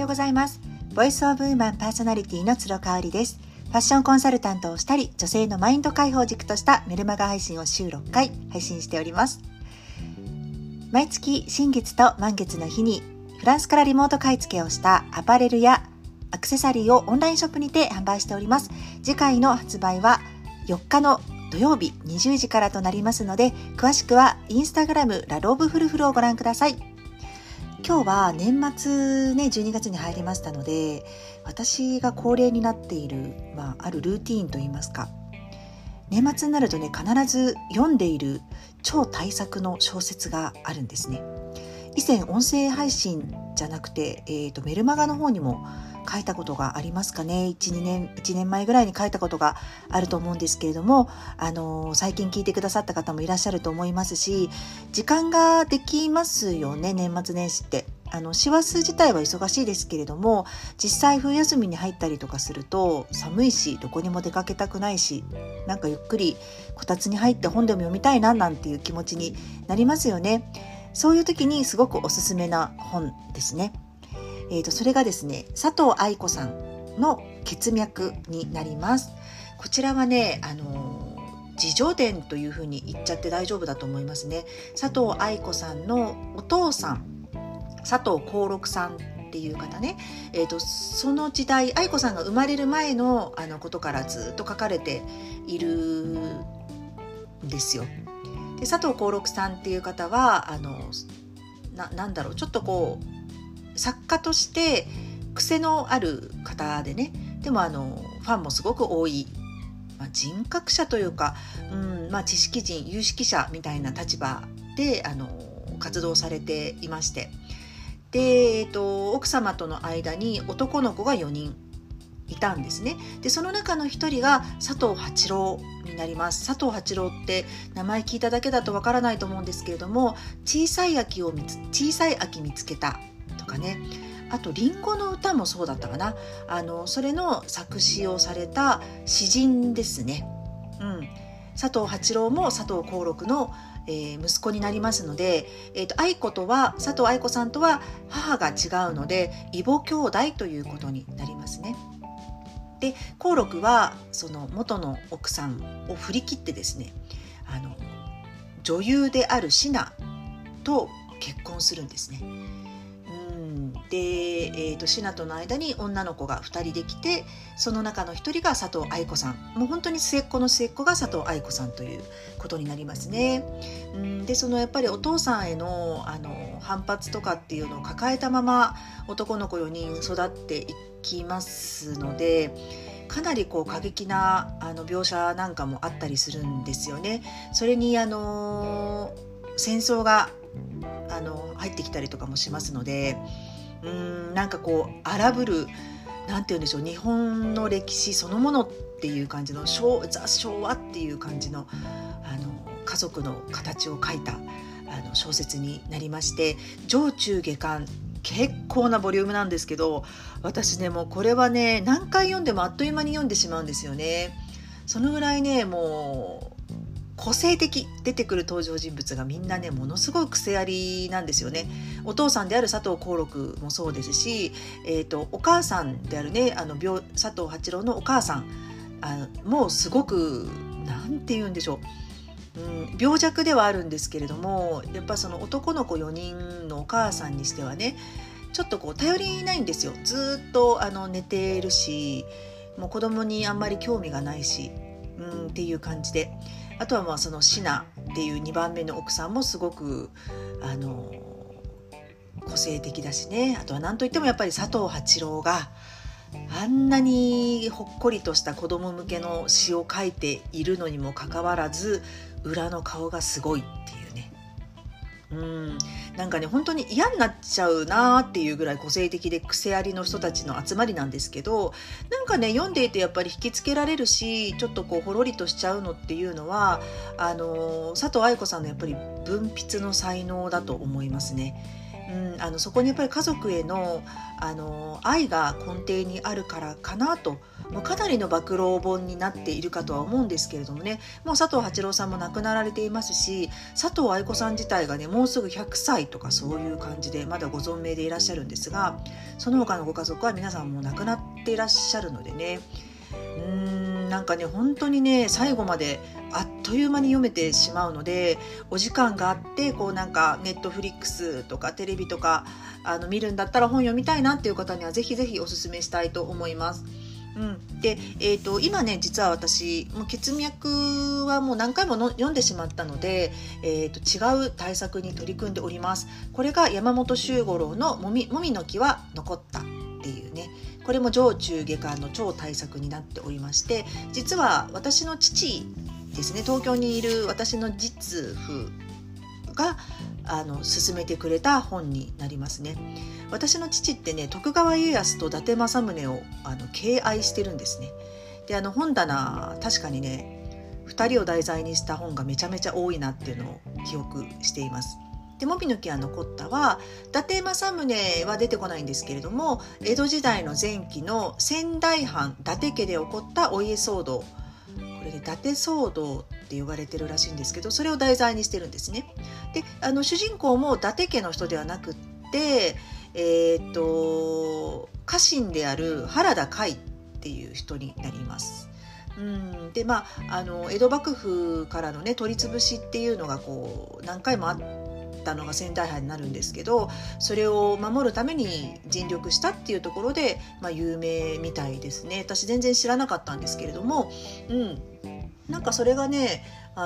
ようございます。ボイスオブウーマンパーソナリティの鶴香織です。ファッションコンサルタントをしたり、女性のマインド解放軸としたメルマガ配信を週6回配信しております。毎月新月と満月の日にフランスからリモート買い付けをしたアパレルやアクセサリーをオンラインショップにて販売しております。次回の発売は4日の土曜日20時からとなりますので、詳しくはインスタグラムラローブフルフルをご覧ください。今日は年末ね、12月に入りましたので、私が恒例になっている、あるルーティーンといいますか、年末になるとね、必ず読んでいる超大作の小説があるんですね。以前音声配信じゃなくて、メルマガの方にも書いたことがありますかね。1年前ぐらいに書いたことがあると思うんですけれども、最近聞いてくださった方もいらっしゃると思いますし、時間ができますよね、年末年始って。師走自体は忙しいですけれども、実際冬休みに入ったりとかすると寒いし、どこにも出かけたくないし、なんかゆっくりこたつに入って本でも読みたいななんていう気持ちになりますよね。そういう時にすごくおすすめな本ですね。それがですね、佐藤愛子さんの血脈になります。こちらはね、自叙伝というふうに言っちゃって大丈夫だと思いますね。佐藤愛子さんのお父さん、佐藤幸六さんっていう方ね、その時代、愛子さんが生まれる前のことからずっと書かれているんですよ。で、佐藤幸六さんっていう方はちょっとこう作家として癖のある方でね、でもファンもすごく多い、人格者というか、知識人、有識者みたいな立場で活動されていまして、で、奥様との間に男の子が4人いたんですね。で、その中の1人が佐藤八郎になります。佐藤八郎って名前聞いただけだとわからないと思うんですけれども、小さい秋見つけたとかね、あとリンゴの歌もそうだったかな、それの作詞をされた詩人ですね。佐藤八郎も佐藤幸六の、息子になりますので、愛子とは、佐藤愛子さんとは母が違うので異母兄弟ということになりますね。で、幸六はその元の奥さんを振り切ってですね、女優であるシナと結婚するんですね。で、シナとの間に女の子が2人できて、その中の1人が佐藤愛子さん、もう本当に末っ子の末っ子が佐藤愛子さんということになりますね。で、そのやっぱりお父さんへの反発とかっていうのを抱えたまま男の子4人育っていきますので、かなりこう過激な描写なんかもあったりするんですよね。それに戦争が入ってきたりとかもしますので、なんかこう荒ぶる、なんて言うんでしょう、日本の歴史そのものっていう感じのザ・昭和っていう感じの家族の形を描いた小説になりまして、上中下巻結構なボリュームなんですけど、私ね、もうこれはね、何回読んでもあっという間に読んでしまうんですよね。そのぐらいね、もう個性的、出てくる登場人物がみんなね、ものすごい癖ありなんですよね。お父さんである佐藤幸六もそうですし、お母さんであるね、佐藤八郎のお母さんもうすごく、なんて言うんでしょう、病弱ではあるんですけれども、やっぱその男の子4人のお母さんにしてはね、ちょっとこう頼りないんですよ。ずっと寝ているし、もう子供にあんまり興味がないし、っていう感じで、あとはそのシナっていう2番目の奥さんもすごく個性的だしね。あとは何といってもやっぱり佐藤八郎があんなにほっこりとした子供向けの詩を書いているのにもかかわらず、裏の顔がすごいっていうね。なんかね、本当に嫌になっちゃうなっていうぐらい個性的で癖ありの人たちの集まりなんですけど、なんかね、読んでいてやっぱり引きつけられるし、ちょっとこうほろりとしちゃうのっていうのは佐藤愛子さんのやっぱり文筆の才能だと思いますね。 そこにやっぱり家族への、愛が根底にあるからかなと、もうかなりの暴露本になっているかとは思うんですけれどもね、もう佐藤八郎さんも亡くなられていますし、佐藤愛子さん自体がねもうすぐ100歳とかそういう感じでまだご存命でいらっしゃるんですが、その他のご家族は皆さんもう亡くなっていらっしゃるのでね、なんかね本当にね最後まであっという間に読めてしまうので、お時間があってこうなんかネットフリックスとかテレビとか見るんだったら本読みたいなっていう方にはぜひぜひおすすめしたいと思います。で、今ね実は私もう血脈はもう何回も読んでしまったので、違う対策に取り組んでおります。これが山本周五郎のもみの木は残ったっていうね、これも上中下巻の超大作になっておりまして、実は私の父ですね、東京にいる私の実父が勧めてくれた本になりますね。私の父ってね徳川家康と伊達政宗を敬愛してるんですね。で本棚確かにね2人を題材にした本がめちゃめちゃ多いなっていうのを記憶しています。でもみの木は残ったは伊達政宗は出てこないんですけれども、江戸時代の前期の仙台藩伊達家で起こったお家騒動、これで伊達騒動って呼ばれてるらしいんですけど、それを題材にしてるんですね。で主人公も伊達家の人ではなくって家臣である原田海っていう人になります。で江戸幕府からのね取り潰しっていうのがこう何回もあったのが仙台藩になるんですけど、それを守るために尽力したっていうところで、有名みたいですね。私全然知らなかったんですけれども、なんかそれがね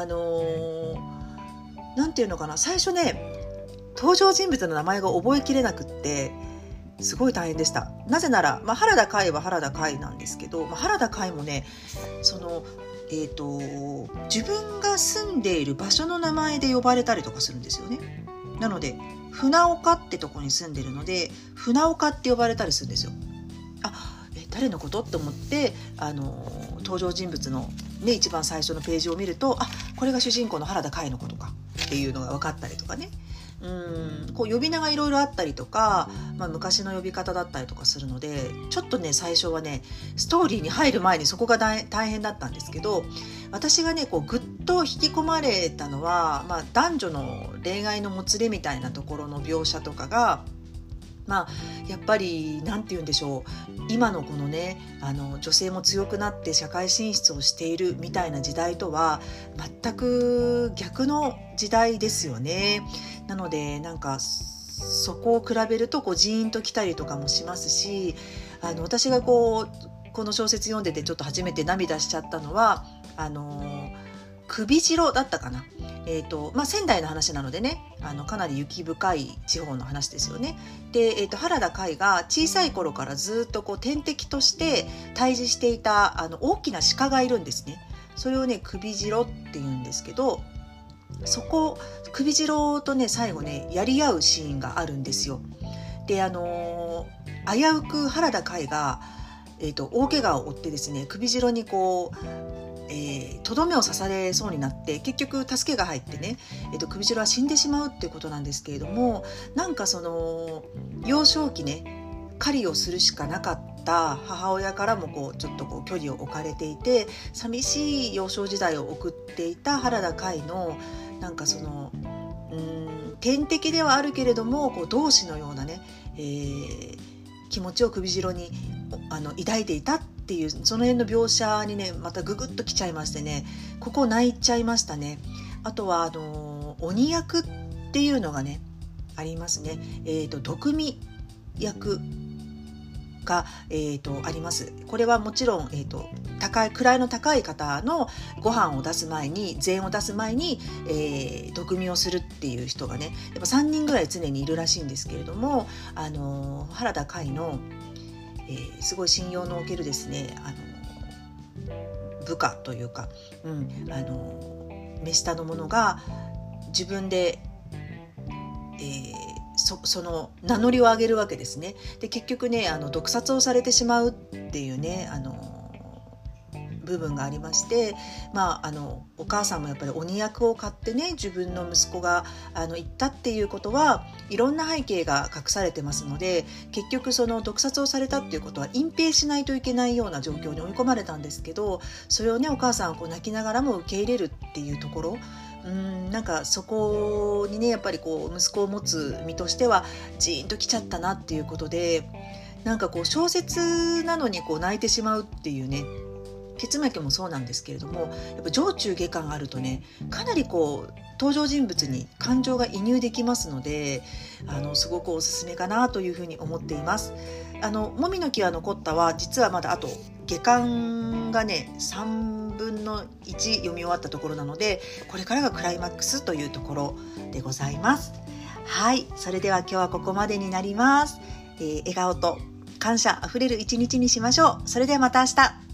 なんていうのかな、最初ね登場人物の名前が覚えきれなくってすごい大変でした。なぜなら、原田海は原田海なんですけど、原田海もねその自分が住んでいる場所の名前で呼ばれたりとかするんですよね。なので船岡ってとこに住んでるので船岡って呼ばれたりするんですよ。誰のことって思って登場人物の、ね、一番最初のページを見るとこれが主人公の原田海のことかっていうのが分かったりとかね、こう呼び名がいろいろあったりとか、昔の呼び方だったりとかするので、ちょっとね最初はねストーリーに入る前にそこが大変だったんですけど、私がねこうぐっと引き込まれたのは、男女の恋愛のもつれみたいなところの描写とかがやっぱりなんて言うんでしょう、今のこのね女性も強くなって社会進出をしているみたいな時代とは全く逆の時代ですよね。なのでなんかそこを比べるとこうジーンときたりとかもしますし、私がこの小説読んでてちょっと初めて涙しちゃったのは首白だったかな。仙台の話なのでねかなり雪深い地方の話ですよね。で、原田海が小さい頃からずっとこう天敵として対峙していた大きな鹿がいるんですね。それをね首白って言うんですけど、そこ首白とね最後ねやり合うシーンがあるんですよ。で危うく原田海が、大怪我を負ってですね首白にこうとどめを刺されそうになって結局助けが入ってね、首白は死んでしまうっていうことなんですけれども、なんかその幼少期ね狩りをするしかなかった母親からもこうちょっとこう距離を置かれていて寂しい幼少時代を送っていた原田海のなんかその天敵ではあるけれどもこう同志のようなね、気持ちを首白に抱いていたっていうその辺の描写にねまたググッときちゃいましてね、ここ泣いちゃいましたね。あとは鬼役っていうのがねありますね。毒味役が、あります。これはもちろん、位の高い方のご飯を出す前に膳を出す前に、毒味をするっていう人がねやっぱ3人ぐらい常にいるらしいんですけれども、原田海のすごい信用のおけるですね部下というか、目下の者が自分で、その名乗りを上げるわけですね。で結局ね毒殺をされてしまうっていうね舞部分がありまして、お母さんもやっぱり鬼役を買ってね、自分の息子が行ったっていうことはいろんな背景が隠されてますので、結局その毒殺をされたっていうことは隠蔽しないといけないような状況に追い込まれたんですけど、それをねお母さんは泣きながらも受け入れるっていうところ、なんかそこにねやっぱり息子を持つ身としてはジーンときちゃったなっていうことで、なんか小説なのに泣いてしまうっていうね、結巻もそうなんですけれども、やっぱ上中下巻あるとね、かなり登場人物に感情が移入できますので、すごくおすすめかなというふうに思っています。もみの木は残ったは実はまだあと下巻がね3分の1読み終わったところなので、これからがクライマックスというところでございます。はい、それでは今日はここまでになります。笑顔と感謝あふれる一日にしましょう。それではまた明日。